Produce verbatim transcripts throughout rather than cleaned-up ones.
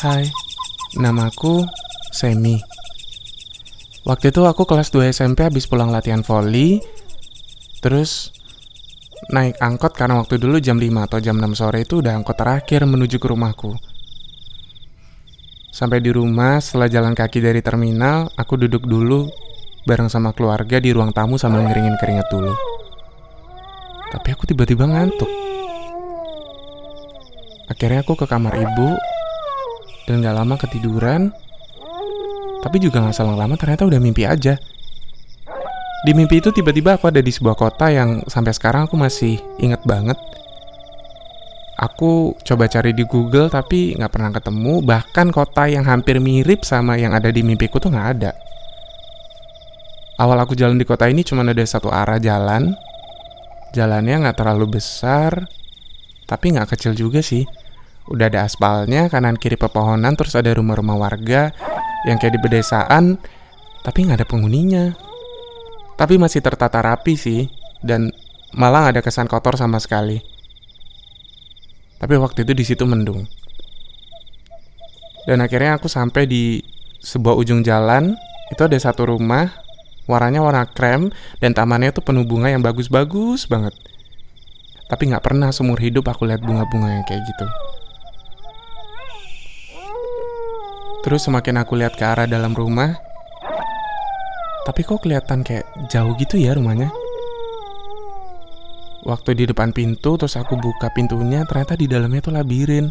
Hai, namaku Semi. Waktu itu aku kelas dua S M P habis pulang latihan voli. Terus naik angkot karena waktu dulu jam lima atau jam enam sore itu udah angkot terakhir menuju ke rumahku. Sampai di rumah, setelah jalan kaki dari terminal, aku duduk dulu bareng sama keluarga di ruang tamu sambil ngeringin keringat dulu. Tapi aku tiba-tiba ngantuk. Akhirnya aku ke kamar ibu dan gak lama ketiduran. Tapi juga gak selang lama ternyata udah mimpi aja. Di mimpi itu tiba-tiba aku ada di sebuah kota yang sampai sekarang aku masih inget banget. Aku coba cari di Google tapi gak pernah ketemu. Bahkan kota yang hampir mirip sama yang ada di mimpiku tuh gak ada. Awal aku jalan di kota ini cuma ada satu arah jalan. Jalannya gak terlalu besar, tapi gak kecil juga sih. Udah ada aspalnya, kanan kiri pepohonan, terus ada rumah-rumah warga yang kayak di pedesaan, tapi gak ada penghuninya. Tapi masih tertata rapi sih, dan malah gak ada kesan kotor sama sekali. Tapi waktu itu di situ mendung. Dan akhirnya aku sampai di sebuah ujung jalan. Itu ada satu rumah, warnanya warna krem, dan tamannya tuh penuh bunga yang bagus-bagus banget. Tapi gak pernah seumur hidup aku lihat bunga-bunga yang kayak gitu. Terus semakin aku lihat ke arah dalam rumah, tapi kok kelihatan kayak jauh gitu ya rumahnya. Waktu di depan pintu, terus aku buka pintunya, ternyata di dalamnya tuh labirin.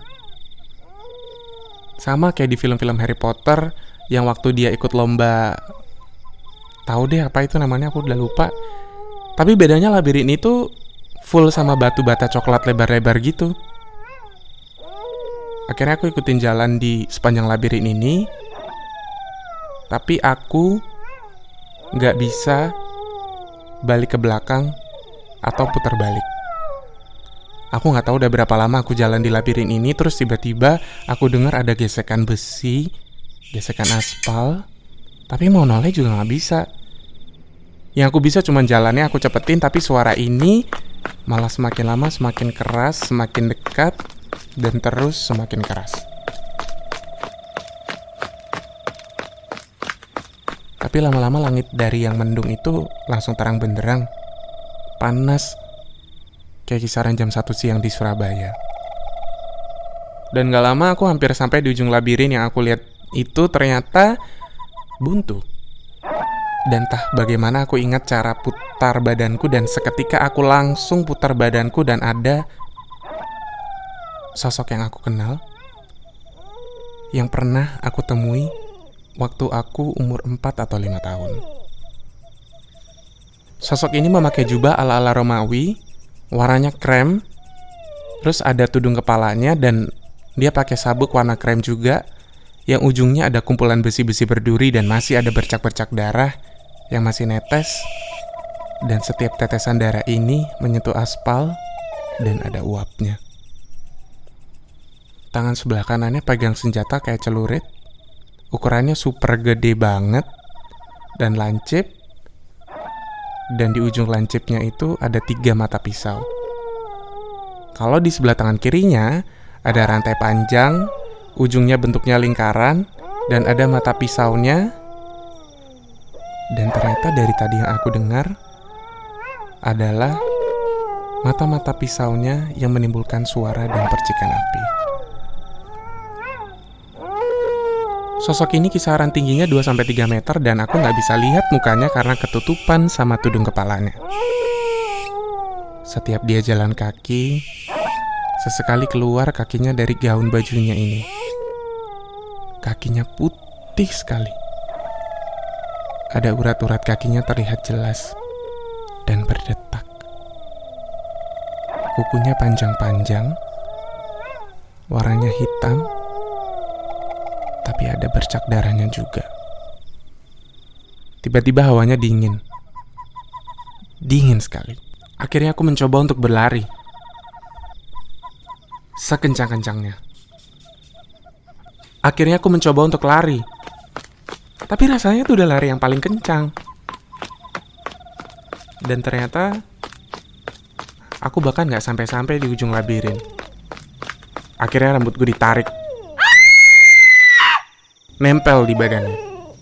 Sama kayak di film-film Harry Potter, yang waktu dia ikut lomba, tahu deh apa itu namanya, aku udah lupa. Tapi bedanya labirin itu full sama batu bata coklat lebar-lebar gitu. Akhirnya aku ikutin jalan di sepanjang labirin ini. Tapi aku gak bisa balik ke belakang atau putar balik. Aku gak tahu udah berapa lama aku jalan di labirin ini. Terus tiba-tiba aku dengar ada gesekan besi, gesekan aspal. Tapi mau noleh juga gak bisa. Yang aku bisa cuma jalannya aku cepetin. Tapi suara ini malah semakin lama semakin keras, semakin dekat, dan terus semakin keras. Tapi lama-lama langit dari yang mendung itu langsung terang benderang. Panas, kayak kisaran jam satu siang di Surabaya. Dan gak lama aku hampir sampai di ujung labirin. Yang aku lihat itu ternyata buntu. Dan entah bagaimana aku ingat cara putar badanku, dan seketika aku langsung putar badanku dan ada sosok yang aku kenal, yang pernah aku temui waktu aku umur empat atau lima tahun. Sosok ini memakai jubah ala-ala Romawi, warnanya krem, terus ada tudung kepalanya, dan dia pakai sabuk warna krem juga, yang ujungnya ada kumpulan besi-besi berduri dan masih ada bercak-bercak darah yang masih netes. Dan setiap tetesan darah ini menyentuh aspal dan ada uapnya. Tangan sebelah kanannya pegang senjata kayak celurit. Ukurannya super gede banget dan lancip. Dan di ujung lancipnya itu ada tiga mata pisau. Kalau di sebelah tangan kirinya ada rantai panjang, ujungnya bentuknya lingkaran, dan ada mata pisaunya. Dan ternyata dari tadi yang aku dengar adalah mata-mata pisaunya yang menimbulkan suara dan percikan api. Sosok ini kisaran tingginya dua sampai tiga meter dan aku gak bisa lihat mukanya karena ketutupan sama tudung kepalanya. Setiap dia jalan kaki, sesekali keluar kakinya dari gaun bajunya ini. Kakinya putih sekali. Ada urat-urat kakinya terlihat jelas dan berdetak. Kukunya panjang-panjang, warnanya hitam, tapi ada bercak darahnya juga. Tiba-tiba hawanya dingin. Dingin sekali. Akhirnya aku mencoba untuk berlari. Sekencang-kencangnya. Akhirnya aku mencoba untuk lari. Tapi rasanya tuh udah lari yang paling kencang. Dan ternyata aku bahkan gak sampai-sampai di ujung labirin. Akhirnya rambut gue ditarik. nempel di badannya.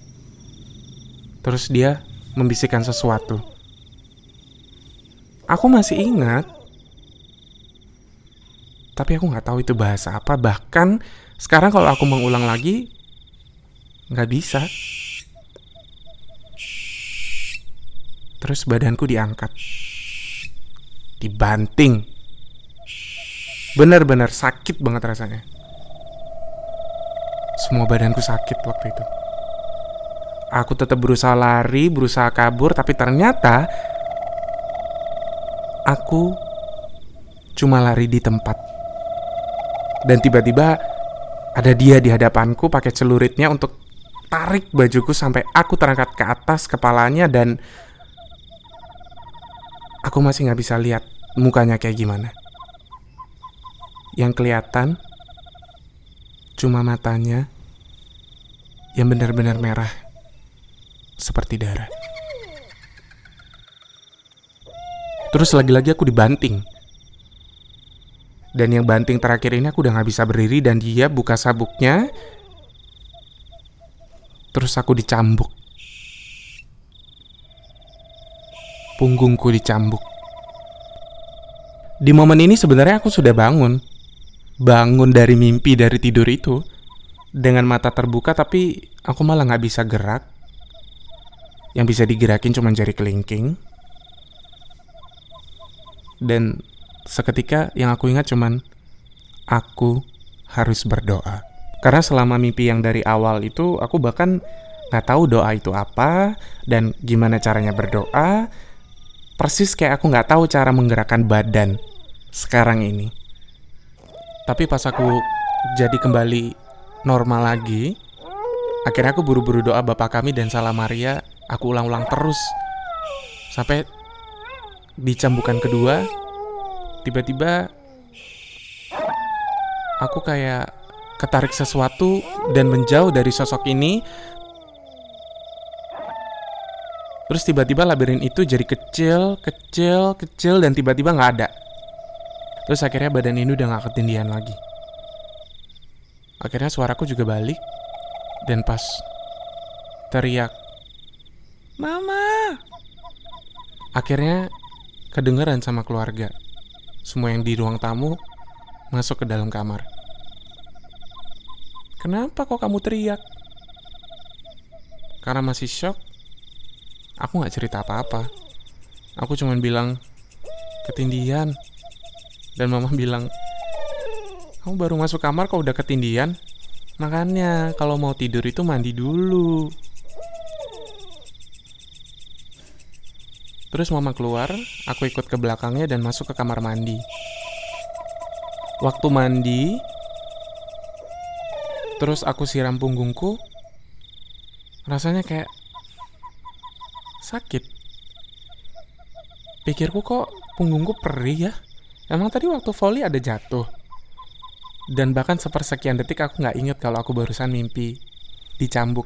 Terus dia membisikkan sesuatu. Aku masih ingat, tapi aku gak tahu itu bahasa apa. Bahkan sekarang kalau aku mengulang lagi, gak bisa. Terus badanku diangkat, dibanting. Benar-benar sakit banget rasanya. Semua badanku sakit waktu itu. Aku tetap berusaha lari, berusaha kabur, tapi ternyata aku cuma lari di tempat. Dan tiba-tiba ada dia di hadapanku pakai celuritnya untuk tarik bajuku sampai aku terangkat ke atas kepalanya, dan aku masih gak bisa lihat mukanya kayak gimana. Yang kelihatan cuma matanya yang benar-benar merah seperti darah. Terus lagi-lagi aku dibanting. Dan yang banting terakhir ini aku udah gak bisa berdiri, dan dia buka sabuknya. Terus aku dicambuk. Punggungku dicambuk. Di momen ini sebenarnya aku sudah bangun. Bangun dari mimpi, dari tidur itu. Dengan mata terbuka, tapi aku malah gak bisa gerak. Yang bisa digerakin cuma jari kelingking. Dan seketika yang aku ingat cuman aku harus berdoa. Karena selama mimpi yang dari awal itu aku bahkan gak tahu doa itu apa dan gimana caranya berdoa. Persis kayak aku gak tahu cara menggerakkan badan sekarang ini. Tapi pas aku jadi kembali normal lagi, akhirnya aku buru-buru doa Bapa Kami dan Salam Maria. Aku ulang-ulang terus sampai di cambukan kedua, tiba-tiba aku kayak ketarik sesuatu dan menjauh dari sosok ini. Terus tiba-tiba labirin itu jadi kecil, kecil, kecil, dan tiba-tiba gak ada. Terus akhirnya badan ini udah gak ketindihan lagi. Akhirnya suaraku juga balik. Dan pas teriak, "Mama!" akhirnya kedengeran sama keluarga. Semua yang di ruang tamu masuk ke dalam kamar. "Kenapa kok kamu teriak?" Karena masih shock, aku gak cerita apa-apa. Aku cuma bilang, "Ketindihan." Dan mama bilang, "Kamu baru masuk kamar kok udah ketindihan? Makanya kalau mau tidur itu mandi dulu." Terus mama keluar, aku ikut ke belakangnya dan masuk ke kamar mandi. Waktu mandi, terus aku siram punggungku, rasanya kayak sakit. Pikirku kok punggungku perih ya? Emang tadi waktu volley ada jatuh? Dan bahkan sepersekian detik aku gak inget kalau aku barusan mimpi dicambuk.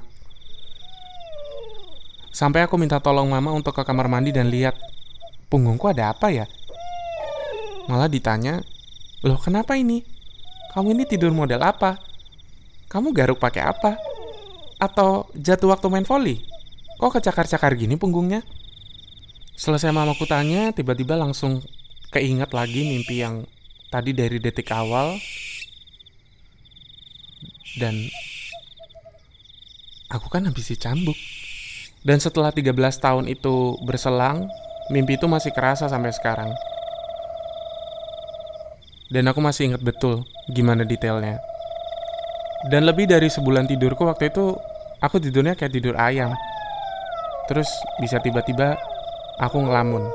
Sampai aku minta tolong mama untuk ke kamar mandi dan lihat punggungku ada apa ya? Malah ditanya, "Loh kenapa ini? Kamu ini tidur model apa? Kamu garuk pakai apa? Atau jatuh waktu main volley? Kok kecakar-cakar gini punggungnya?" Selesai mamaku tanya, tiba-tiba langsung keinget lagi mimpi yang tadi dari detik awal. Dan aku kan habis dicambuk. Dan setelah tiga belas tahun itu berselang, mimpi itu masih kerasa sampai sekarang. Dan aku masih ingat betul gimana detailnya. Dan lebih dari sebulan tidurku waktu itu, aku tidurnya kayak tidur ayam. Terus bisa tiba-tiba aku ngelamun.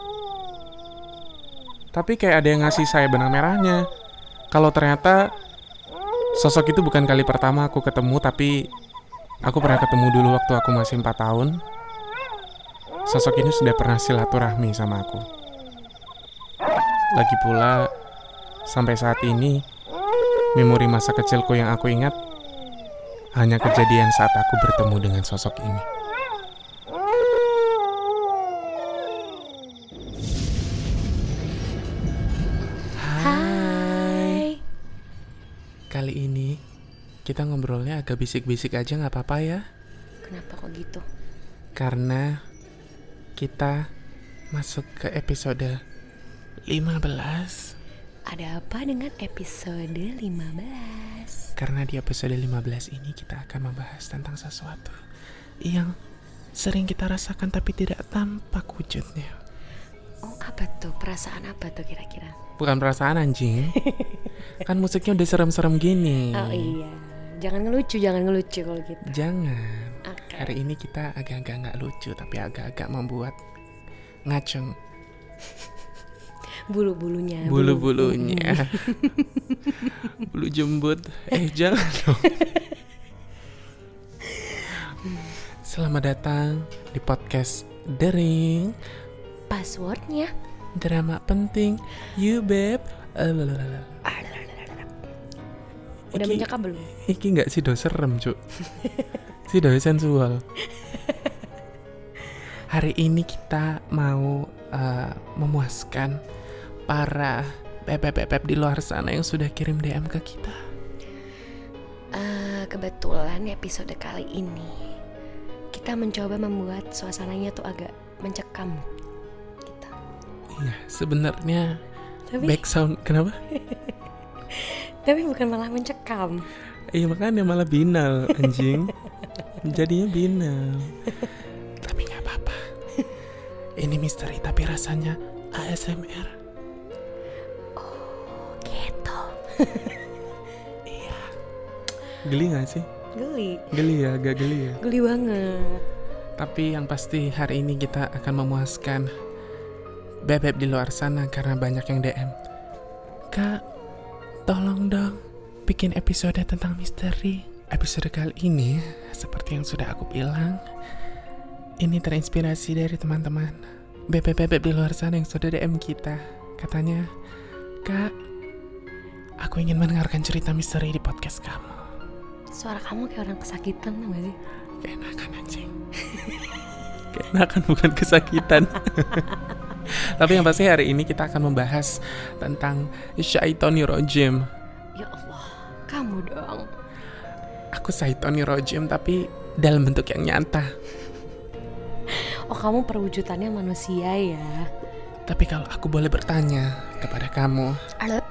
Tapi kayak ada yang ngasih saya benang merahnya. Kalau ternyata sosok itu bukan kali pertama aku ketemu, tapi aku pernah ketemu dulu waktu aku masih empat tahun. Sosok ini sudah pernah silaturahmi sama aku. Lagi pula, sampai saat ini, memori masa kecilku yang aku ingat hanya kejadian saat aku bertemu dengan sosok ini. Hai. Kali ini kita ngobrolnya agak bisik-bisik aja gak apa-apa ya? Kenapa kok gitu? Karena kita masuk ke episode lima belas. Ada apa dengan episode lima belas? Karena di episode lima belas ini kita akan membahas tentang sesuatu yang sering kita rasakan tapi tidak tampak wujudnya. Oh, apa tuh? Perasaan apa tuh kira-kira? Bukan perasaan anjing. Kan musiknya udah serem-serem gini. Oh iya, jangan ngelucu, jangan ngelucu kalau gitu. Jangan. Okay. Hari ini kita agak-agak gak lucu, tapi agak-agak membuat ngaceng. Bulu-bulunya. Bulu-bulunya. Bulu jembut. Eh jangan dong. Selamat datang di podcast Dering. Passwordnya Drama penting. You babe. Alalala. Udah Iki- menyeka belum? Iki gak sih do serem cuk. Si do sensual. Hari ini kita mau uh, memuaskan para bebek-bebek di luar sana yang sudah kirim D M ke kita. Uh, kebetulan episode kali ini kita mencoba membuat suasananya tuh agak mencekam. Gitu. Iya, sebenarnya Tapi, back sound kenapa? tapi bukan malah mencekam. Iya makanya malah binal anjing. Jadinya binal. Tapi nggak apa-apa. Ini misteri tapi rasanya A S M R. Oh, gitu. Iya. Geli nggak sih? Geli. Geli ya, agak geli ya. Geli banget. Tapi yang pasti hari ini kita akan memuaskan bebek di luar sana karena banyak yang D M. Kak, tolong dong bikin episode tentang misteri. Episode kali ini, seperti yang sudah aku bilang, ini terinspirasi dari teman-teman bebek-bebek di luar sana yang sudah D M kita. Katanya, Kak, aku ingin mendengarkan cerita misteri di podcast kamu. Suara kamu kayak orang kesakitan tau gak sih? Keenakan anjing. Keenakan bukan kesakitan. Tapi yang pasti hari ini kita akan membahas tentang Syaitonirrajim. Ya Allah, kamu dong. Aku Syaitonirrajim tapi dalam bentuk yang nyata. Oh, kamu perwujudannya manusia ya? Tapi kalau aku boleh bertanya kepada kamu, Alap.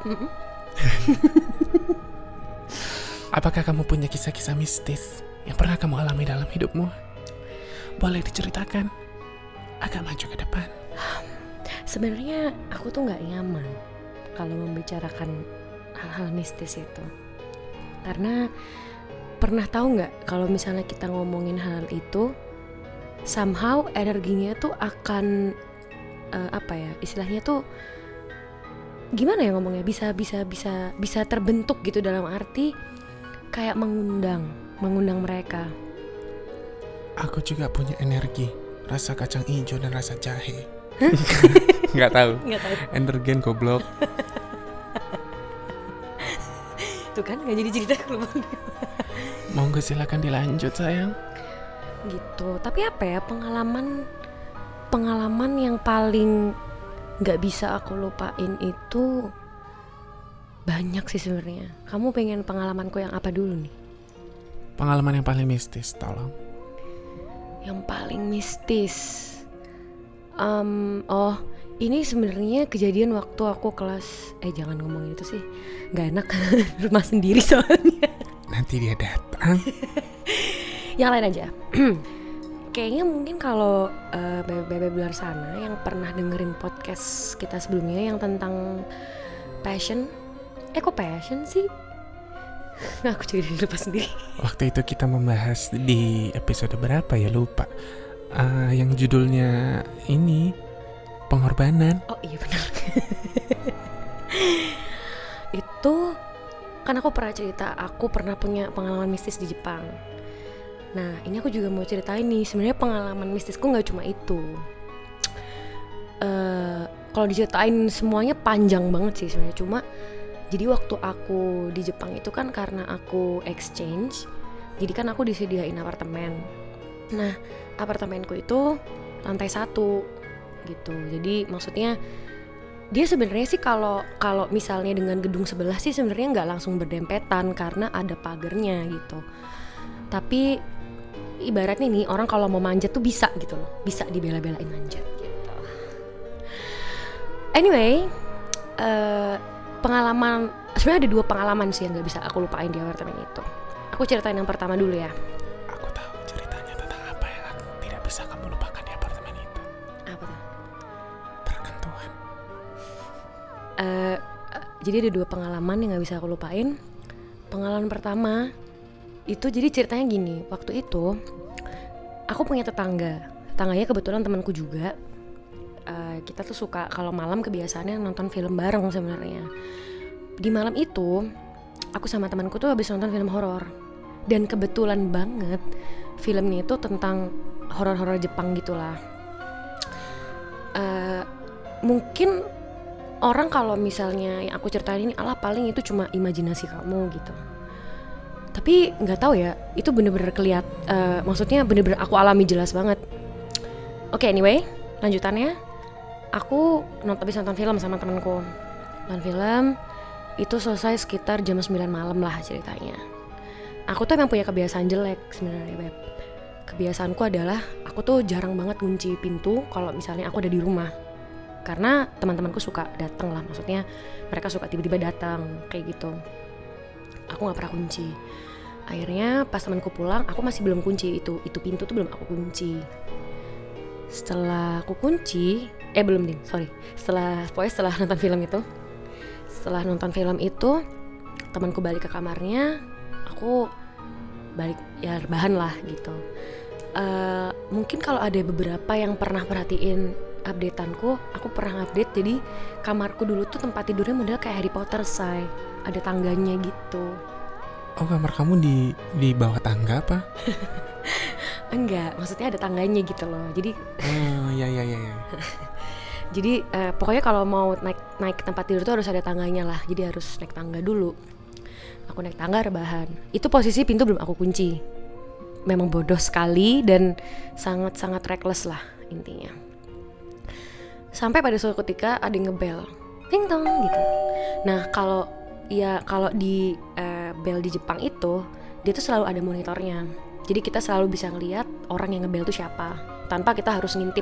apakah kamu punya kisah-kisah mistis yang pernah kamu alami dalam hidupmu? Boleh diceritakan? Agak maju ke depan. Sebenarnya aku tuh nggak nyaman kalau membicarakan hal-hal mistis itu, karena pernah tahu nggak kalau misalnya kita ngomongin hal itu, somehow energinya tuh akan uh, apa ya istilahnya tuh gimana ya ngomongnya bisa bisa bisa bisa terbentuk gitu dalam arti kayak mengundang mengundang mereka. Aku juga punya energi, rasa kacang hijau dan rasa jahe. Nggak tahu. Nggak tahu. Energen goblok. Tuh kan nggak jadi cerita kalau Monggo silakan dilanjut sayang. gitu. Tapi apa ya pengalaman pengalaman yang paling nggak bisa aku lupain itu banyak sih sebenarnya. Kamu pengen pengalamanku yang apa dulu nih? Pengalaman yang paling mistis, tolong. Yang paling mistis. Um, oh, ini sebenarnya kejadian waktu aku kelas. Eh jangan ngomongin itu sih, nggak enak. Rumah sendiri soalnya. Nanti dia datang. Yang lain aja. Kayaknya mungkin kalau uh, bebek-bebek luar sana yang pernah dengerin podcast kita sebelumnya yang tentang passion. Eh kok passion sih? Aku jadi lupa sendiri. Waktu itu kita membahas di episode berapa ya lupa. Uh, yang judulnya ini pengorbanan. Oh iya benar. Itu kan aku pernah cerita aku pernah punya pengalaman mistis di Jepang. Nah ini aku juga mau ceritain nih. Sebenarnya pengalaman mistisku nggak cuma itu. Uh, kalau diceritain semuanya panjang banget sih sebenarnya. Cuma jadi waktu aku di Jepang itu kan karena aku exchange, jadi kan aku disediain apartemen. Nah apartemenku itu lantai satu gitu. Jadi maksudnya Dia sebenarnya sih kalau kalau misalnya dengan gedung sebelah sih sebenarnya nggak langsung berdempetan karena ada pagernya gitu. Tapi ibaratnya nih orang kalau mau manjat tuh bisa gitu loh, bisa dibela-belain manjat gitu. Anyway, uh, pengalaman sebenarnya ada dua pengalaman sih yang nggak bisa aku lupain di apartemen itu. Aku ceritain yang pertama dulu ya. Aku tahu ceritanya tentang apa yang aku tidak bisa kamu lupakan di apartemen itu. Apa tuh? Perkentuan. Uh, jadi ada dua pengalaman yang nggak bisa aku lupain. Pengalaman pertama itu jadi ceritanya gini. Waktu itu aku punya tetangga. Tetangganya kebetulan temanku juga. Uh, kita tuh suka kalau malam kebiasaannya nonton film bareng sebenarnya. Di malam itu aku sama temanku tuh habis nonton film horor. Dan kebetulan banget filmnya itu tentang horor-horor Jepang gitulah. Uh, mungkin orang kalau misalnya yang aku ceritain ini alah paling itu cuma imajinasi kamu gitu. Tapi nggak tahu ya, itu bener-bener keliat. Uh, maksudnya bener-bener aku alami jelas banget. Oke, okay, anyway, lanjutannya, aku nonton habis nonton film sama temanku. Nonton film itu selesai sekitar jam sembilan malam lah ceritanya. Aku tuh emang punya kebiasaan jelek sebenarnya, Beb. Kebiasaanku adalah aku tuh jarang banget kunci pintu kalau misalnya aku ada di rumah. Karena teman-temanku suka datang lah, maksudnya mereka suka tiba-tiba datang kayak gitu. Aku nggak pernah kunci. Akhirnya pas temanku pulang, aku masih belum kunci itu, itu pintu tuh belum aku kunci. Setelah aku kunci, eh belum ding, sorry. Setelah pokoknya setelah nonton film itu, setelah nonton film itu, temanku balik ke kamarnya, aku balik ya rebahan lah gitu. Uh, mungkin kalau ada beberapa yang pernah perhatiin updateanku, aku pernah update jadi kamarku dulu tuh tempat tidurnya model kayak Harry Potter, say. Ada tangganya gitu. Oh, kamar kamu di di bawah tangga apa? Enggak, maksudnya ada tangganya gitu loh. Jadi oh ya ya ya ya. Jadi uh, pokoknya kalau mau naik naik ke tempat tidur tuh harus ada tangganya lah. Jadi harus naik tangga dulu. Aku naik tangga rebahan. Itu posisi pintu belum aku kunci. Memang bodoh sekali dan sangat-sangat reckless lah intinya. Sampai pada suatu ketika ada yang ngebel, ting tong gitu. Nah kalau ya kalau di uh, bel di Jepang itu dia tuh selalu ada monitornya. Jadi kita selalu bisa ngelihat orang yang ngebel tuh siapa tanpa kita harus ngintip.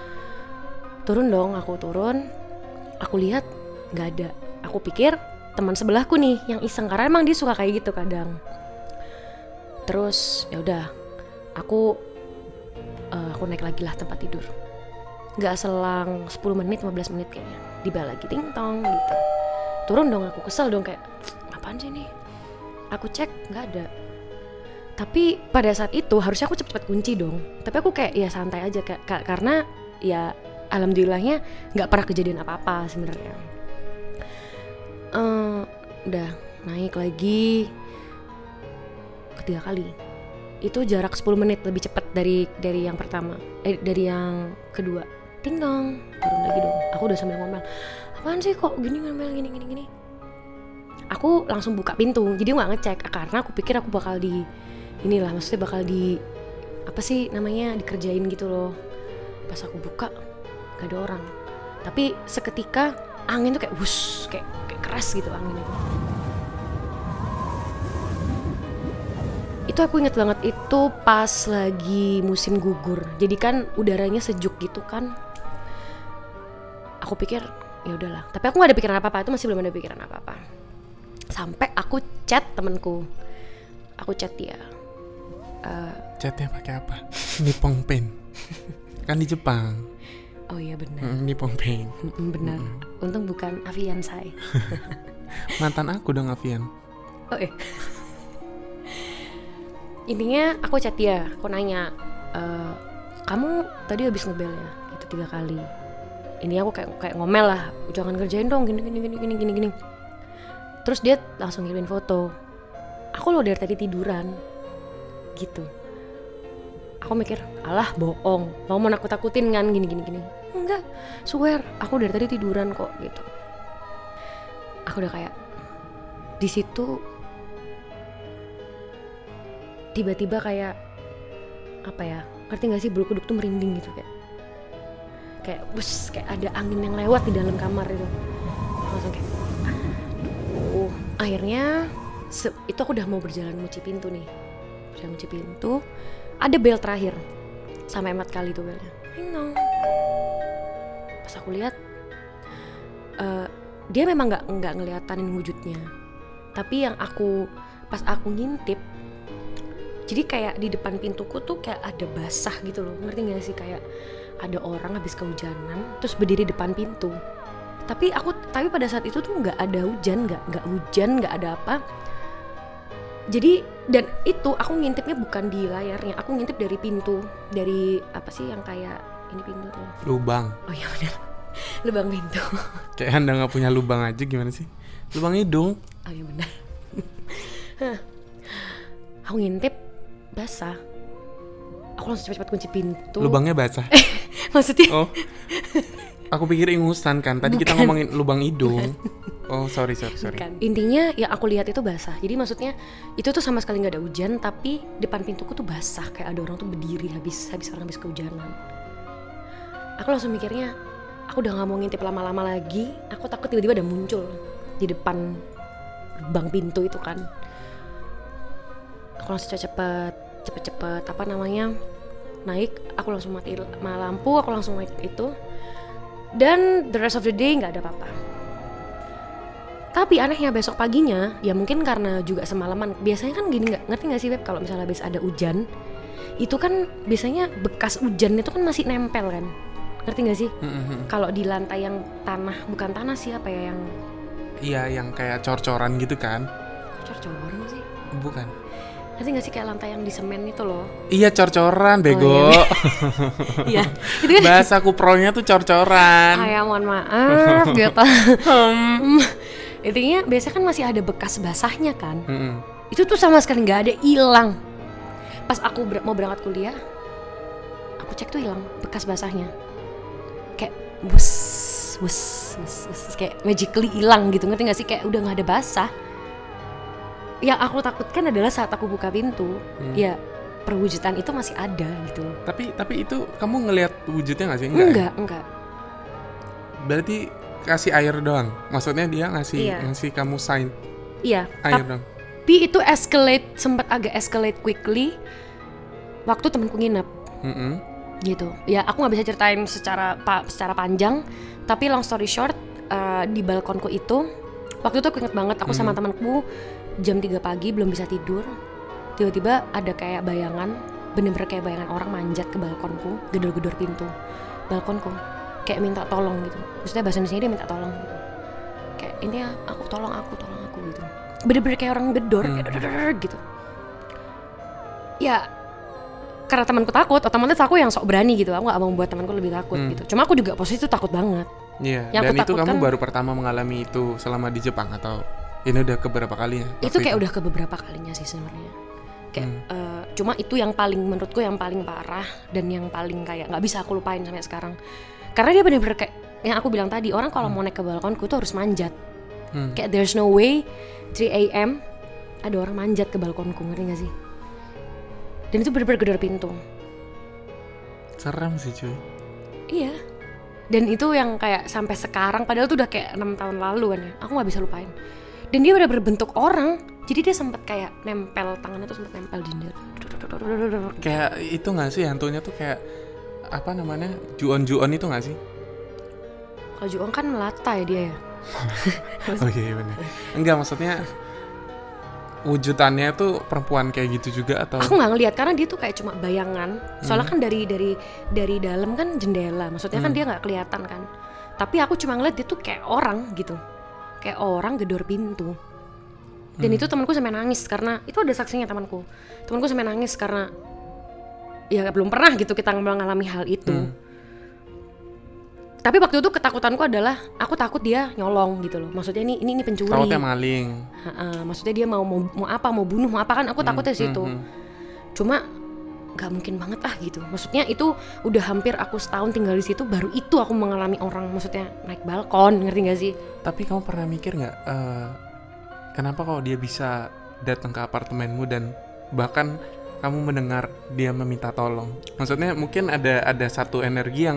Turun dong, aku turun, aku lihat nggak ada. Aku pikir teman sebelahku nih yang iseng karena emang dia suka kayak gitu kadang. Terus ya udah, aku uh, aku naik lagi lah tempat tidur. Gak selang sepuluh menit, lima belas menit kayaknya dibel lagi ting tong gitu. Turun dong, aku kesel dong kayak apaan sih ini? Aku cek nggak ada. Tapi pada saat itu harusnya aku cepet-cepet kunci dong. Tapi aku kayak ya santai aja kayak k- karena ya alhamdulillahnya nggak pernah kejadian apa-apa sebenarnya. Uh, udah naik lagi ketiga kali. Itu jarak sepuluh menit lebih cepat dari dari yang pertama, eh dari yang kedua. Ting dong, turun lagi dong. Aku udah sambil ngomel, apaan sih kok gini ngomel gini gini gini. Aku langsung buka pintu, jadi nggak ngecek karena aku pikir aku bakal di inilah, maksudnya bakal di apa sih namanya dikerjain gitu loh. Pas aku buka gak ada orang, tapi seketika angin tuh kayak wush, kayak, kayak keras gitu angin itu. Itu aku inget banget itu pas lagi musim gugur. Jadi kan udaranya sejuk gitu kan. Aku pikir ya udahlah. Tapi aku nggak ada pikiran apa-apa. Itu masih belum ada pikiran apa-apa. Sampai aku chat temanku. Aku chat dia. Uh, Chatnya pakai apa? Nippon Paint. Kan di Jepang. Oh iya benar. Mm, Nippon Paint. Mm, benar. Mm. Untung bukan Avian say. Mantan aku dong Avian. Oh iya. Intinya aku chat dia, aku nanya, e, kamu tadi habis ngebel ya, itu tiga kali. Ini aku kayak kayak ngomel lah, jangan kerjain dong, gini gini gini gini gini gini. Terus dia langsung ngirimin foto. Aku loh dari tadi tiduran, gitu. Aku mikir, alah bohong, kamu mau nakut-takutin kan, gini gini gini. Enggak, swear, aku dari tadi tiduran kok, gitu. Aku udah kayak di situ. Tiba-tiba kayak apa ya, ngerti gak sih bulu kuduk tuh merinding gitu kayak kayak bus, kayak ada angin yang lewat di dalam kamar itu. Langsung kayak aduh. Akhirnya se- itu aku udah mau berjalan kunci pintu nih, berjalan kunci pintu, ada bel terakhir sampai empat kali tuh belnya. Ding-dong. Pas aku lihat uh, dia memang nggak nggak ngelihatanin wujudnya, tapi yang aku pas aku ngintip, jadi kayak di depan pintuku tuh kayak ada basah gitu loh, ngerti nggak sih, kayak ada orang habis kehujanan terus berdiri depan pintu. Tapi aku tapi pada saat itu tuh nggak ada hujan, nggak nggak hujan, nggak ada apa. Jadi dan itu aku ngintipnya bukan di layarnya, aku ngintip dari pintu, dari apa sih yang kayak ini pintu tuh. Lubang. Oh iya benar, lubang pintu. Kayak Anda nggak punya lubang aja gimana sih? Lubang hidung. Oh iya benar. Aku ngintip basah. Aku langsung cepet-cepet kunci pintu. Lubangnya basah. Maksudnya? Oh. Aku pikir ingusan kan. Tadi Bukan. kita ngomongin lubang hidung. Oh sorry sorry sorry. Bukan. Intinya yang aku lihat itu basah. Jadi maksudnya itu tuh sama sekali nggak ada hujan, tapi depan pintuku tuh basah, kayak ada orang tuh berdiri habis habis orang habis kehujanan. Aku langsung mikirnya, aku udah nggak mau ngintip lama-lama lagi. Aku takut tiba-tiba ada muncul di depan lubang pintu itu kan. Aku langsung cepet-cepet cepet-cepet apa namanya naik. Aku langsung mati lampu. Aku langsung naik itu. Dan the rest of the day nggak ada apa-apa. Tapi anehnya besok paginya, ya mungkin karena juga semalaman. Biasanya kan gini, nggak ngerti nggak sih Beb, kalau misalnya habis ada hujan, itu kan biasanya bekas hujan itu kan masih nempel kan, ngerti nggak sih? Mm-hmm. Kalau di lantai yang tanah, bukan tanah sih apa ya yang Iya yang kayak cor-coran gitu kan? cor-coran sih? Bukan. Ngerti nggak sih kayak lantai yang di semen itu loh? Iya cor-coran bego. Oh, iya. Itu kan Bahasa kupronya tuh cor-coran. ayah mohon maaf gitu. Hmm. Intinya biasanya kan masih ada bekas basahnya kan. Mm-mm. Itu tuh sama sekali nggak ada, hilang. Pas aku ber- mau berangkat kuliah, aku cek tuh hilang bekas basahnya. Kayak bus, bus, bus, bus, kayak magically hilang gitu, ngerti nggak sih? Kayak udah nggak ada basah. Yang aku takutkan adalah saat aku buka pintu, hmm. ya perwujudan itu masih ada gitu. Tapi tapi itu kamu ngelihat wujudnya nggak sih? Enggak. Enggak, ya? enggak. Berarti kasih air doang. Maksudnya dia ngasih Iya. ngasih kamu sign Iya. air doang. Tapi itu escalate, sempat agak escalate quickly waktu temanku nginep. Mm-mm. Gitu. Ya aku nggak bisa ceritain secara pa- secara panjang. Tapi long story short, uh, di balkonku itu waktu itu aku inget banget aku sama Hmm. temanku jam tiga pagi belum bisa tidur. Tiba-tiba ada kayak bayangan, bener-bener kayak bayangan orang manjat ke balkonku, gedor-gedor pintu balkonku, kayak minta tolong gitu. Maksudnya bahasa Indonesia dia minta tolong gitu. Kayak ini ya, aku tolong aku, tolong aku gitu. Bener-bener kayak orang gedor, Hmm. kayak gedor gitu. Ya karena temanku takut, otomatis aku yang sok berani gitu. Aku gak mau membuat temanku lebih takut Hmm. gitu. Cuma aku juga posisi itu takut banget. Iya. Yang Dan aku itu kamu takutkan- baru pertama mengalami itu selama di Jepang atau ini udah keberapa kalinya? Itu kayak udah ke beberapa kalinya sih sebenarnya. Kayak Hmm. uh, cuma itu yang paling menurutku yang paling parah dan yang paling kayak nggak bisa aku lupain sampai sekarang. Karena dia bener-bener kayak yang aku bilang tadi, orang kalau mau naik ke balkonku tuh harus manjat. Hmm. Kayak there's no way three a.m. ada orang manjat ke balkonku, ngerti gak sih? Dan itu bener-bener gedor pintu. Serem sih cuy. Iya. Dan itu yang kayak sampai sekarang, padahal tuh udah kayak enam tahun lalu kan ya. Aku nggak bisa lupain. Dan dia udah berbentuk orang, jadi dia sempet kayak nempel tangannya tuh sempet nempel di jendela. Kayak itu nggak sih hantunya tuh kayak apa namanya juon-juon itu nggak sih? Kalau Juong kan melata ya dia ya. Oh iya benar. Enggak maksudnya wujudannya tuh perempuan kayak gitu juga atau? Aku nggak ngelihat karena dia tuh kayak cuma bayangan. Soalnya Hmm. kan dari dari dari dalam kan jendela, maksudnya kan Hmm. dia nggak kelihatan kan. Tapi aku cuma ngeliat dia tuh kayak orang gitu, kayak orang gedor pintu. Dan Hmm. itu temanku sampai nangis karena itu ada saksinya temanku. Temanku sampai nangis karena ya belum pernah gitu kita mengalami hal itu. Hmm. Tapi waktu itu ketakutanku adalah aku takut dia nyolong gitu loh. Maksudnya ini ini, ini pencuri. Takutnya maling. Ha-ha, maksudnya dia mau, mau mau apa, mau bunuh, mau apa kan? Aku takutnya Hmm, situ. hmm, hmm. Cuma nggak mungkin banget lah gitu. Maksudnya itu udah hampir aku setahun tinggal di situ, baru itu aku mengalami orang, maksudnya naik balkon, ngerti nggak sih? Tapi kamu pernah mikir nggak uh, kenapa kok dia bisa datang ke apartemenmu dan bahkan kamu mendengar dia meminta tolong? Maksudnya mungkin ada ada satu energi yang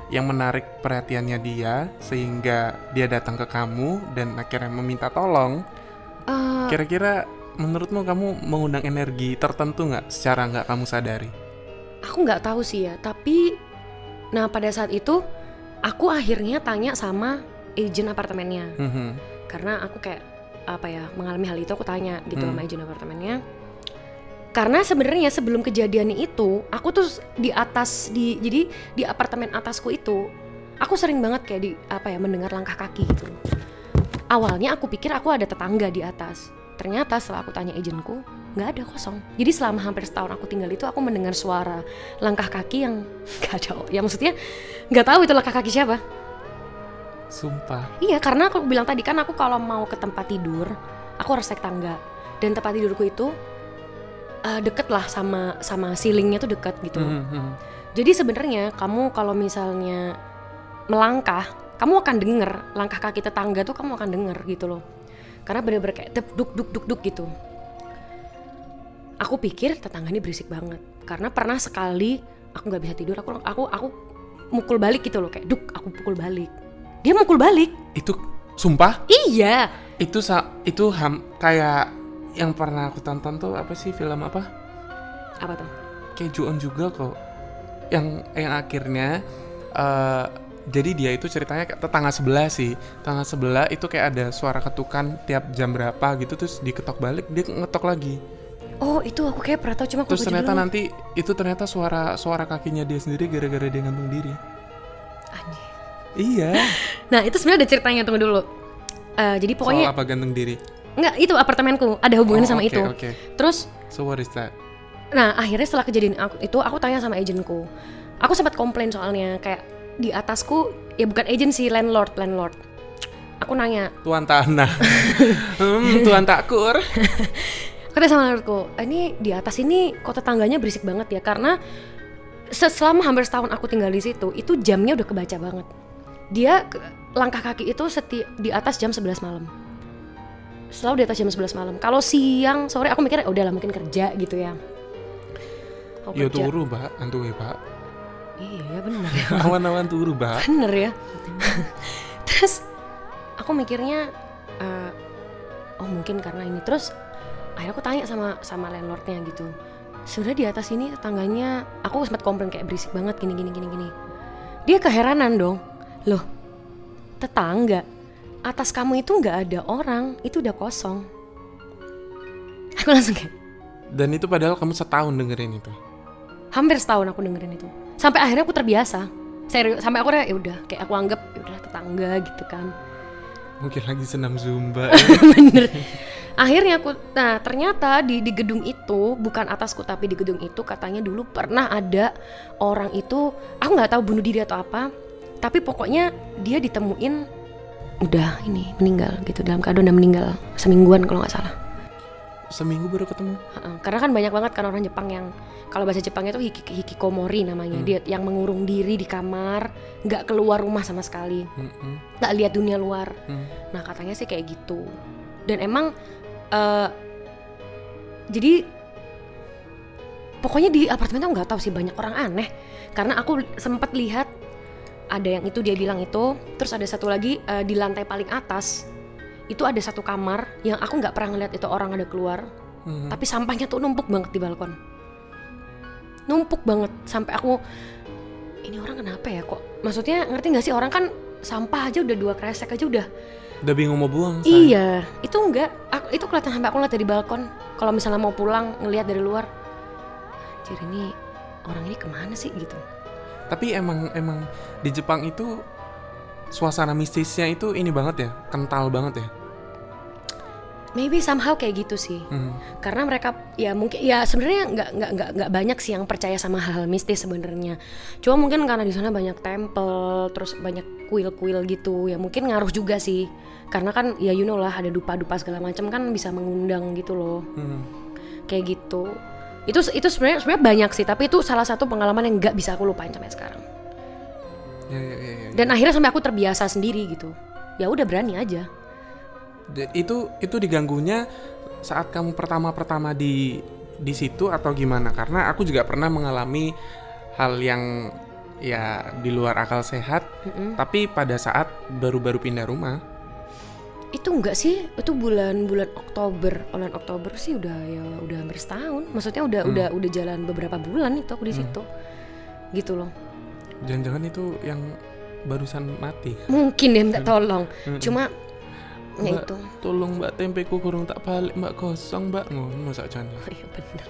yang menarik perhatiannya dia sehingga dia datang ke kamu dan akhirnya meminta tolong. Uh, Kira-kira menurutmu kamu mengundang energi tertentu nggak secara nggak kamu sadari? Aku nggak tahu sih ya, tapi nah pada saat itu aku akhirnya tanya sama agent apartemennya. Mm-hmm. Karena aku kayak apa ya mengalami hal itu, aku tanya gitu Mm. sama agent apartemennya. Karena sebenarnya sebelum kejadian itu aku tuh di atas di jadi di apartemen atasku itu aku sering banget kayak di apa ya mendengar langkah kaki gitu. Awalnya aku pikir aku ada tetangga di atas. Ternyata setelah aku tanya agentku, nggak ada, kosong. Jadi selama hampir setahun aku tinggal itu aku mendengar suara langkah kaki yang nggak ada. Ya maksudnya nggak tahu itu langkah kaki siapa. Sumpah. Iya, karena aku bilang tadi kan aku kalau mau ke tempat tidur aku harus naik tangga. Dan tempat tidurku itu uh, deket lah sama sama ceilingnya tuh deket gitu. Mm-hmm. Jadi sebenarnya kamu kalau misalnya melangkah, kamu akan denger langkah kaki tetangga tuh, kamu akan denger gitu loh. Karena bener-bener kayak duk duk duk duk duk gitu. Aku pikir tetangga ini berisik banget. Karena pernah sekali aku nggak bisa tidur, aku aku aku mukul balik gitu loh, kayak duk, aku pukul balik. Dia mukul balik. Itu sumpah? Iya. Itu sa- itu ham kayak yang pernah aku tonton tuh apa sih, film apa? Apa tuh? Kayak Ju-on juga kok. Yang yang akhirnya uh, jadi dia itu ceritanya tetangga sebelah sih. Tetangga sebelah itu kayak ada suara ketukan tiap jam berapa gitu, terus diketok balik, dia ngetok lagi. Oh, itu aku kayak pernah tahu, cuma aku terus ternyata dulu. Nanti itu ternyata suara suara kakinya dia sendiri gara-gara dia gantung diri. Anjir. Iya. Nah, itu sebenarnya ada ceritanya, tunggu dulu. Uh, jadi pokoknya soal apa gantung diri? Enggak, itu apartemenku, ada hubungannya oh, sama okay, itu. Okay. Terus so what is that? Nah, akhirnya setelah kejadian aku, itu aku tanya sama agentku. Aku sempat komplain soalnya kayak di atasku, ya bukan agent sih, landlord, landlord. Aku nanya, tuan tanah. hmm, tuan takur. Kata sama landlordku, ini di atas ini kok tetangganya berisik banget ya, karena selama hampir setahun aku tinggal di situ, itu jamnya udah kebaca banget. Dia langkah kaki itu seti, di atas jam sebelas malam. Selalu di atas jam sebelas malam. Kalau siang, sore aku mikir udahlah mungkin kerja gitu ya. Yo turu, Mbak, antuwe, Pak. Iya, benar. Awan-awan turu, Mbak. Bener ya. Terus aku mikirnya uh, oh mungkin karena ini. Terus akhirnya aku tanya sama sama landlordnya gitu. Sebenarnya di atas ini tetangganya, aku sempat komplain kayak berisik banget gini gini gini gini. Dia keheranan dong. Loh, tetangga atas kamu itu nggak ada orang, itu udah kosong. Aku langsung kayak. Dan itu padahal kamu setahun dengerin itu. Hampir setahun aku dengerin itu. Sampai akhirnya aku terbiasa. Serius, sampai aku udah ya udah kayak aku anggap ya udah tetangga gitu kan. Mungkin lagi senam zumba. Bener. Akhirnya aku, nah ternyata di di gedung itu, bukan atasku tapi di gedung itu katanya dulu pernah ada orang itu, aku nggak tahu bunuh diri atau apa, tapi pokoknya dia ditemuin udah ini meninggal gitu, dalam keadaan udah meninggal semingguan kalau nggak salah. Seminggu baru ketemu. Uh-uh. Karena kan banyak banget kan orang Jepang yang kalau bahasa Jepangnya itu hiki, hikikomori namanya. Hmm. Dia yang mengurung diri di kamar, nggak keluar rumah sama sekali, nggak hmm. lihat dunia luar. Hmm. Nah katanya sih kayak gitu. Dan emang uh, jadi pokoknya di apartemen tuh nggak tahu sih, banyak orang aneh. Karena aku sempat lihat ada yang itu dia bilang itu, terus ada satu lagi uh, di lantai paling atas. Itu ada satu kamar yang aku nggak pernah ngeliat itu orang ada keluar, hmm. tapi sampahnya tuh numpuk banget di balkon, numpuk banget sampai aku ini orang kenapa ya kok? Maksudnya ngerti nggak sih, orang kan sampah aja udah dua kresek aja udah udah bingung mau buang. Say. Iya, itu enggak, aku, itu kelihatan sampai aku ngeliat dari balkon. Kalau misalnya mau pulang ngeliat dari luar, jadi ini orang ini kemana sih gitu. Tapi emang emang di Jepang itu suasana mistisnya itu ini banget ya, kental banget ya. Maybe somehow kayak gitu sih, hmm. karena mereka ya mungkin ya sebenarnya nggak nggak nggak nggak banyak sih yang percaya sama hal mistis sebenarnya. Cuma mungkin karena di sana banyak temple, terus banyak kuil-kuil gitu, ya mungkin ngaruh juga sih. Karena kan ya you know lah ada dupa-dupa segala macam kan bisa mengundang gitu loh, hmm. kayak gitu. Itu itu sebenarnya sebenarnya banyak sih, tapi itu salah satu pengalaman yang nggak bisa aku lupain sampai sekarang. Ya, ya, ya, ya, Dan ya. akhirnya sampai aku terbiasa sendiri gitu. Ya udah berani aja. Itu itu diganggunya saat kamu pertama-pertama di di situ atau gimana? Karena aku juga pernah mengalami hal yang ya di luar akal sehat. Mm-mm. Tapi pada saat baru-baru pindah rumah. Itu enggak sih, itu bulan-bulan Oktober, bulan Oktober sih udah ya udah hampir setahun. Maksudnya udah Hmm. udah udah jalan beberapa bulan itu aku di Hmm. situ. Gitu loh. Jangan-jangan itu yang barusan mati. Mungkin dia minta tolong. Mm-mm. Cuma ya Mbak, itu. tolong mbak, tempeku kurang tak balik mbak, kosong mbak, ngono sakjane. Oh, iya benar.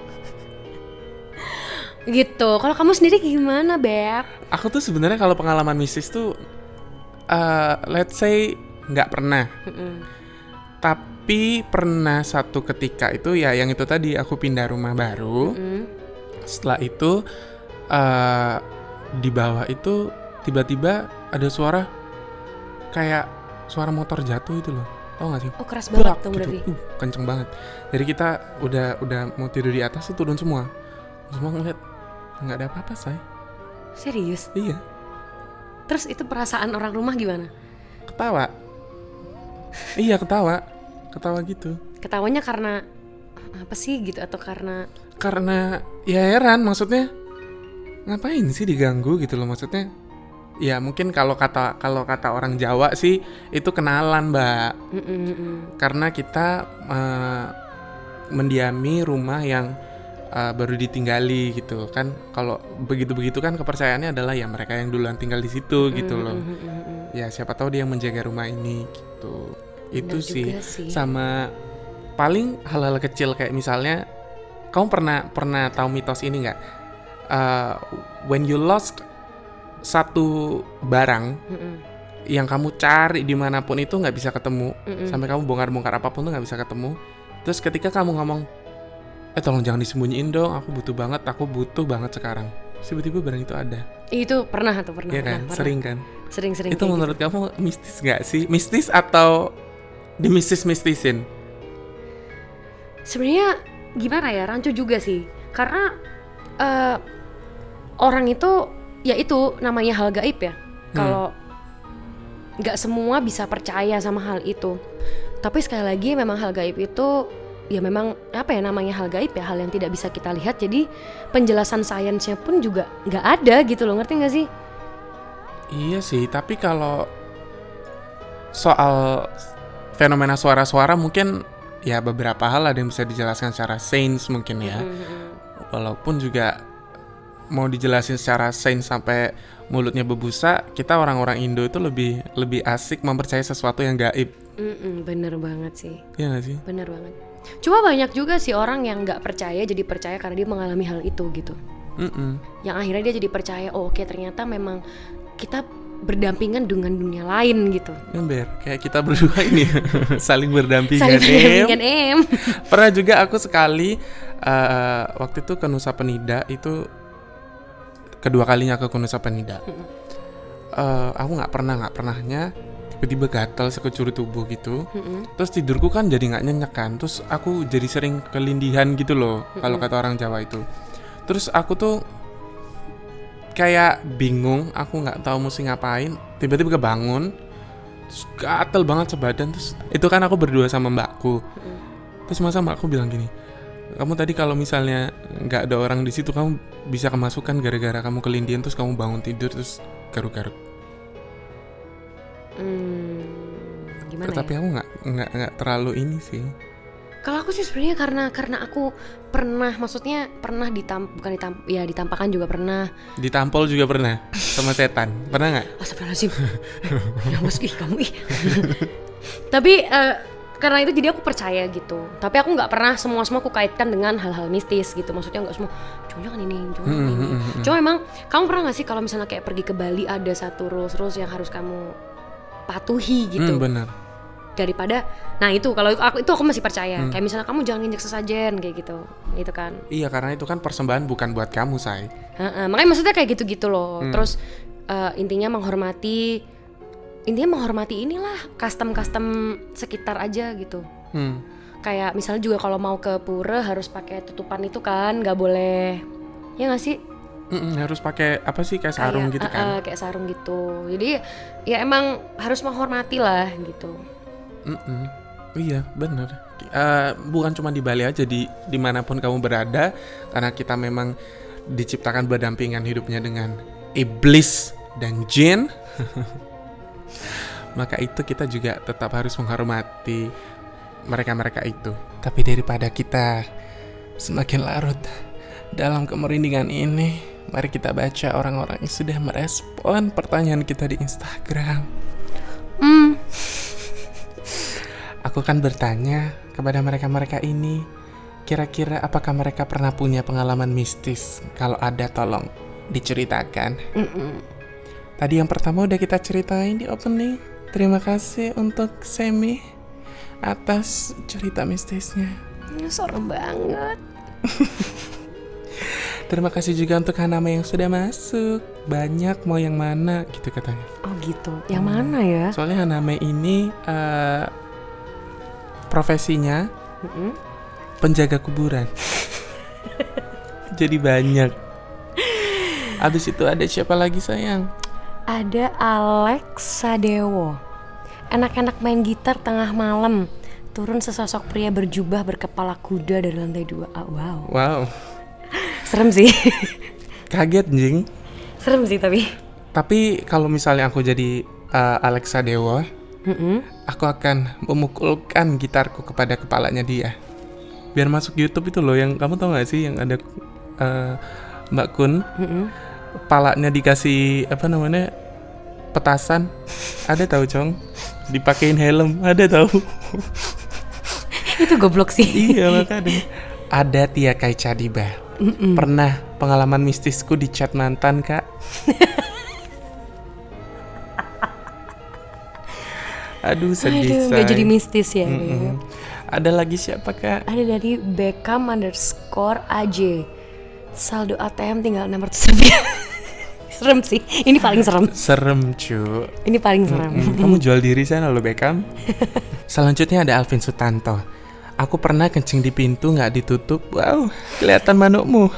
Gitu. Kalau kamu sendiri gimana, Beb? Aku tuh sebenarnya kalau pengalaman mistis tuh uh, let's say nggak pernah. Mm-mm. Tapi pernah satu ketika itu ya yang itu tadi, aku pindah rumah baru. Mm-mm. Setelah itu uh, di bawah itu tiba-tiba ada suara kayak suara motor jatuh itu loh. Tahu gak sih? Oh, keras banget Brak, dong gitu. berarti. Uh, kenceng banget. Jadi kita udah udah mau tidur di atas tuh turun semua. Semua ngeliat nggak ada apa-apa, say. Serius? Iya, Terus itu perasaan orang rumah gimana? ketawa. Iya, ketawa. Ketawa gitu. Ketawanya karena apa sih gitu atau karena Karena ya heran, maksudnya ngapain sih diganggu gitu loh, maksudnya. Ya mungkin kalau kata kalau kata orang Jawa sih itu kenalan, Mbak. Mm-mm-mm. Karena kita uh, mendiami rumah yang uh, baru ditinggali gitu kan. Kalau begitu-begitu kan kepercayaannya adalah ya mereka yang duluan tinggal di situ gitu loh. Mm-mm-mm. Ya siapa tahu dia yang menjaga rumah ini gitu. Itu Benar sih. juga sih. Sama paling hal-hal kecil kayak misalnya kamu pernah pernah tahu mitos ini nggak? Uh, when you lost satu barang Mm-mm. yang kamu cari dimanapun itu nggak bisa ketemu, Mm-mm. sampai kamu bongkar-bongkar apapun tuh nggak bisa ketemu. Terus ketika kamu ngomong, eh tolong jangan disembunyiin dong, aku butuh banget, aku butuh banget sekarang. Terus tiba-tiba barang itu ada. Itu pernah atau pernah? Iya pernah, kan, pernah. sering kan. Sering-sering Itu kayak menurut gitu. kamu mistis nggak sih? Mistis atau dimistis-mistisin? Sebenarnya gimana ya, rancu juga sih. Karena eh, orang itu ya itu namanya hal gaib ya. Kalau nggak semua bisa percaya sama hal itu. Tapi sekali lagi memang hal gaib itu ya memang apa ya namanya hal gaib ya, hal yang tidak bisa kita lihat. Jadi penjelasan sainsnya pun juga nggak ada gitu loh, ngerti nggak sih? Iya sih, tapi kalau soal fenomena suara-suara mungkin ya beberapa hal ada yang bisa dijelaskan secara sains mungkin ya. Mm-hmm. Walaupun juga mau dijelasin secara sains sampai mulutnya berbusa, kita orang-orang Indo itu lebih lebih asik mempercayai sesuatu yang gaib. Mm-mm, bener banget sih, Iya gak sih? bener banget. Cuma banyak juga sih orang yang nggak percaya jadi percaya karena dia mengalami hal itu gitu. Mm-mm. Yang akhirnya dia jadi percaya, oh oke ternyata memang kita berdampingan dengan dunia lain gitu. Ember, kayak kita berdua ini saling berdampingan. Saling Em. berdampingan em. Pernah juga aku sekali uh, waktu itu ke Nusa Penida, itu kedua kalinya aku ke Nusa Penida. Uh, aku nggak pernah nggak pernahnya tiba-tiba gatal sekujur tubuh gitu. Mm-mm. Terus tidurku kan jadi nggak nyenyak kan. Terus aku jadi sering kelindihan gitu loh, kalau kata orang Jawa itu. Terus aku tuh kayak bingung, aku nggak tahu mesti ngapain. Tiba-tiba kebangun, terus gatel banget sebadan. Terus itu kan aku berdua sama mbakku. Terus masa mbakku bilang gini, kamu tadi kalau misalnya nggak ada orang di situ, kamu bisa kemasukan gara-gara kamu kelindihan. Terus kamu bangun tidur terus garuk-garuk. Hmm, gimana Tapi ya? aku nggak nggak nggak terlalu ini sih. Kalau aku sih sebenarnya karena karena aku pernah, maksudnya pernah ditam bukan ditam ya ditampakkan juga pernah. Ditampol juga pernah sama setan, pernah nggak? Astagfirullahaladzim. Ya mas, ih kamu ih. Tapi eh, karena itu jadi aku percaya gitu. Tapi aku nggak pernah semua semua aku kaitkan dengan hal-hal mistis gitu. Maksudnya nggak semua. Jangan ini, jangan Hmm, ini. hmm, hmm, hmm. Cuma emang kamu pernah nggak sih kalau misalnya kayak pergi ke Bali ada satu rules rules yang harus kamu patuhi gitu. Hmm, benar. Daripada, nah itu kalau aku itu aku masih percaya. Hmm. Kayak misalnya kamu jangan injek sesajen kayak gitu, gitu kan. Iya, karena itu kan persembahan bukan buat kamu, say. Heeh, makanya maksudnya kayak gitu-gitu loh. Hmm. Terus eh, intinya menghormati, intinya menghormati inilah custom-custom sekitar aja gitu. Hmm. Kayak misalnya juga kalau mau ke pura harus pakai tutupan itu kan, nggak boleh, ya nggak sih? Mm-mm, harus pakai apa sih kayak sarung Kayak, gitu eh, kan? eh, kayak sarung gitu. Jadi ya emang harus menghormati lah gitu. Mm-mm. Iya, benar. Uh, bukan cuma di Bali aja, di dimanapun kamu berada, karena kita memang diciptakan berdampingan hidupnya dengan iblis dan jin, maka itu kita juga tetap harus menghormati mereka-mereka itu. Tapi daripada kita semakin larut dalam kemerindingan ini, mari kita baca orang-orang yang sudah merespon pertanyaan kita di Instagram. Hmm. Aku kan bertanya kepada mereka-mereka ini, kira-kira apakah mereka pernah punya pengalaman mistis? Kalau ada, tolong diceritakan. Mm-mm. Tadi yang pertama udah kita ceritain di opening. Terima kasih untuk Semi atas cerita mistisnya. Ya, serem banget. Terima kasih juga untuk Hanama yang sudah masuk. Banyak, mau yang mana gitu katanya. Oh gitu, yang mana ya? Soalnya Hanama ini uh, profesinya Mm-mm. penjaga kuburan. Jadi banyak. Abis itu ada siapa lagi sayang? Ada Alex Sadewo. Enak-enak main gitar tengah malam. Turun sesosok pria berjubah berkepala kuda dari lantai dua. Ah, wow. Wow. Serem sih. Kaget jing. Serem sih tapi. Tapi kalau misalnya aku jadi uh, Alex Sadewo, Mm-mm. aku akan memukulkan gitarku kepada kepalanya dia. Biar masuk YouTube itu loh, yang kamu tau gak sih yang ada uh, Mbak Kun, Mm-mm. kepalanya dikasih apa namanya petasan, ada tahu Cong? Dipakein helm, ada tahu? Itu goblok sih. Iya makanya. Ada Tia Kai Cadiba. Mm-mm. Pernah pengalaman mistisku di chat mantan kak. Aduh sedih. Aduh, say. gak jadi mistis ya. Mm-mm. Ada lagi siapa kak? Ada dari Beckham underscore A J. Saldo A T M tinggal enam ratus rupiah. Serem sih. Ini paling serem. Serem cu. Ini paling serem. Mm-mm. Kamu jual diri sana lo Beckham. Selanjutnya ada Alvin Sutanto. Aku pernah kencing di pintu nggak ditutup. Wow, kelihatan manukmu.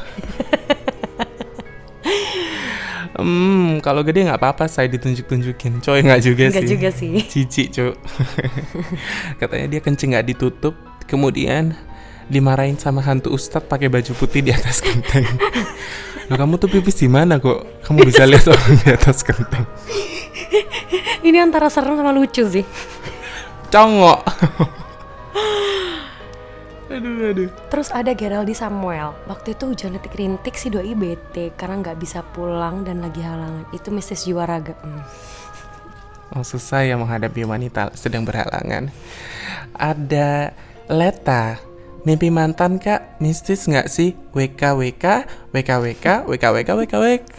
Hmm, kalau gede nggak apa-apa, saya ditunjuk-tunjukin. Coy nggak juga Nggak sih. juga sih. Cici cu. Katanya dia kencing nggak ditutup, kemudian dimarahin sama hantu ustadz pakai baju putih di atas genteng. Loh kamu tuh pipis di mana kok? Kamu bisa lihat orang di atas genteng. Ini antara serem sama lucu sih. Congok. Aduh aduh. Terus ada Geraldi Samuel. Waktu itu hujan rintik si doi bete karena nggak bisa pulang dan lagi halangan. Itu mistis jiwa raga. Hmm. Oh susah ya menghadapi wanita sedang berhalangan. Ada Leta. Mimpi mantan kak, mistis nggak sih? W K W K, W K W K, W K W K, W K W K.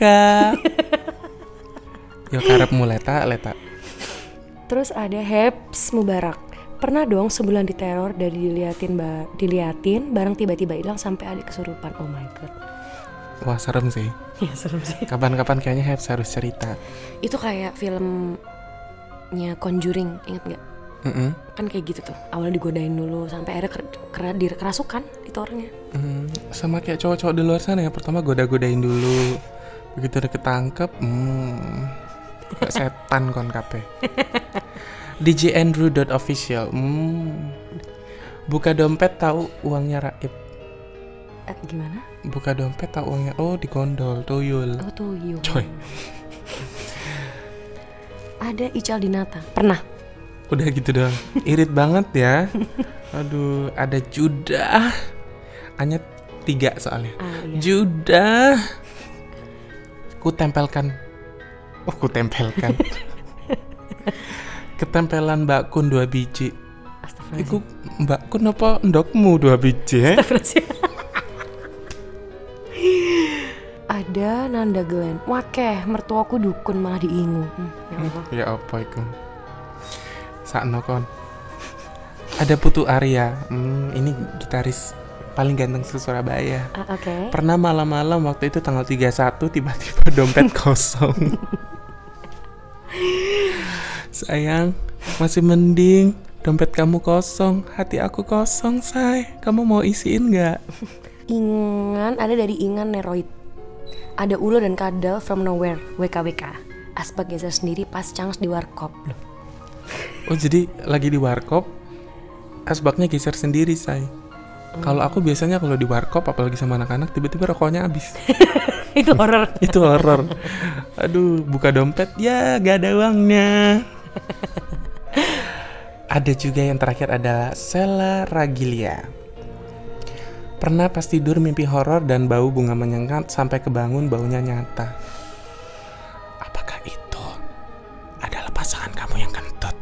Yo karepmu Leta, Leta. Terus ada Heps Mubarak. Pernah dong sebulan diteror dari diliatin ba- diliatin barang tiba-tiba hilang sampai adik kesurupan. Oh my god. Wah serem sih. Ya serem sih. Kapan-kapan kayaknya Heps harus cerita. Itu kayak filmnya Conjuring, ingat nggak? Mm-mm. Kan kayak gitu tuh. Awalnya digodain dulu sampai akhirnya ker- ker- dikerasukan itu orangnya. Hmm, sama kayak cowok-cowok di luar sana ya. Pertama goda-godain dulu. Begitu udah ketangkep, hmm, kayak setan kon kape. D J Andrew dot official. Hmm. Buka dompet tahu uangnya raib. Eh, gimana? Buka dompet tahu uangnya. Oh digondol, tuyul. Oh tuh yuk. Coy. Ada Ical Dinata. Pernah. Udah gitu doang. Irit banget ya. Aduh, ada Judah. Hanya tiga soalnya. Ah, iya. Judah. Ku tempelkan. Oh, ku tempelkan. Ketempelan Mbak Kun dua biji. Astagfirullahaladzim. Iku Mbak Kun apa ndokmu dua biji eh? Astagfirullahaladzim. Ada Nanda Glenn. Wakeh, mertuaku dukun malah diingu. Hmm, ya Allah. Ya apa iku? Sakno kon. Ada Putu Arya. Hmm, ini gitaris paling ganteng se Surabaya. Ah, oke. Okay. Pernah malam-malam waktu itu tanggal tiga puluh satu tiba-tiba dompet kosong. Sayang, masih mending dompet kamu kosong, hati aku kosong, say. Kamu mau isiin nggak? Ingan, ada dari Ingan Neroid. Ada Ulo dan Kadal from nowhere, W K W K. Asbak geser sendiri pas Changs di warkop loh. Oh jadi lagi di warkop, asbaknya geser sendiri, say. Hmm. Kalau aku biasanya kalau di warkop, apalagi sama anak-anak, tiba-tiba rokoknya habis. Itu horor. Itu horor. Aduh, buka dompet ya gak ada uangnya. Ada juga yang terakhir adalah Sela Ragilia. Pernah pas tidur mimpi horor dan bau bunga menyengat sampai kebangun baunya nyata. Apakah itu adalah pasangan kamu yang kentut?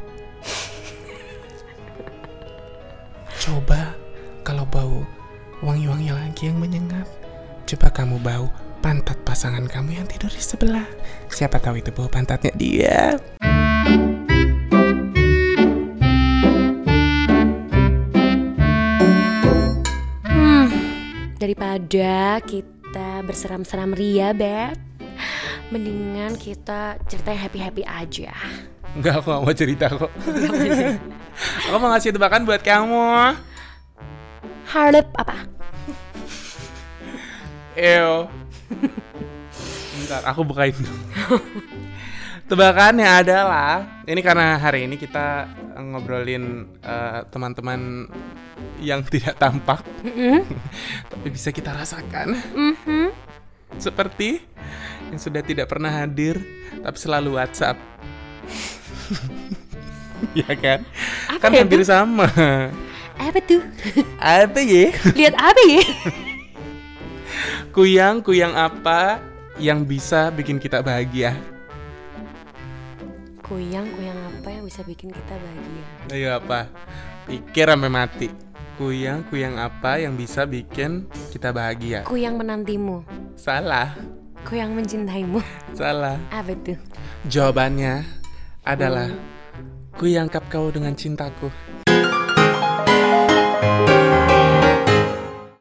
Coba kalau bau wangi-wangi lagi yang menyengat, coba kamu bau pantat pasangan kamu yang tidur di sebelah. Siapa tahu itu bau pantatnya dia. Hmm, daripada kita berseram-seram ria, Beb, mendingan kita cerita happy-happy aja. Enggak, aku gak mau cerita kok. Aku mau ngasih tebakan buat kamu. Harlep apa? Ew. Bentar, aku bukain dulu. Tebakannya adalah, ini karena hari ini kita ngobrolin uh, teman-teman yang tidak tampak, Mm-hmm. tapi bisa kita rasakan. Mm-hmm. Seperti yang sudah tidak pernah hadir, tapi selalu WhatsApp. Ya kan? Apa Kan ya hampir tuh? sama. Apa tuh? Apa ya? Lihat apa ya? Kuyang-kuyang apa yang bisa bikin kita bahagia? Kuyang-kuyang apa yang bisa bikin kita bahagia? Ayo apa? Pikir sampai mati. Kuyang-kuyang apa yang bisa bikin kita bahagia? Kuyang menantimu. Salah. Kuyang mencintaimu. Salah. Apa tuh? Jawabannya adalah kuyangkap kau dengan cintaku.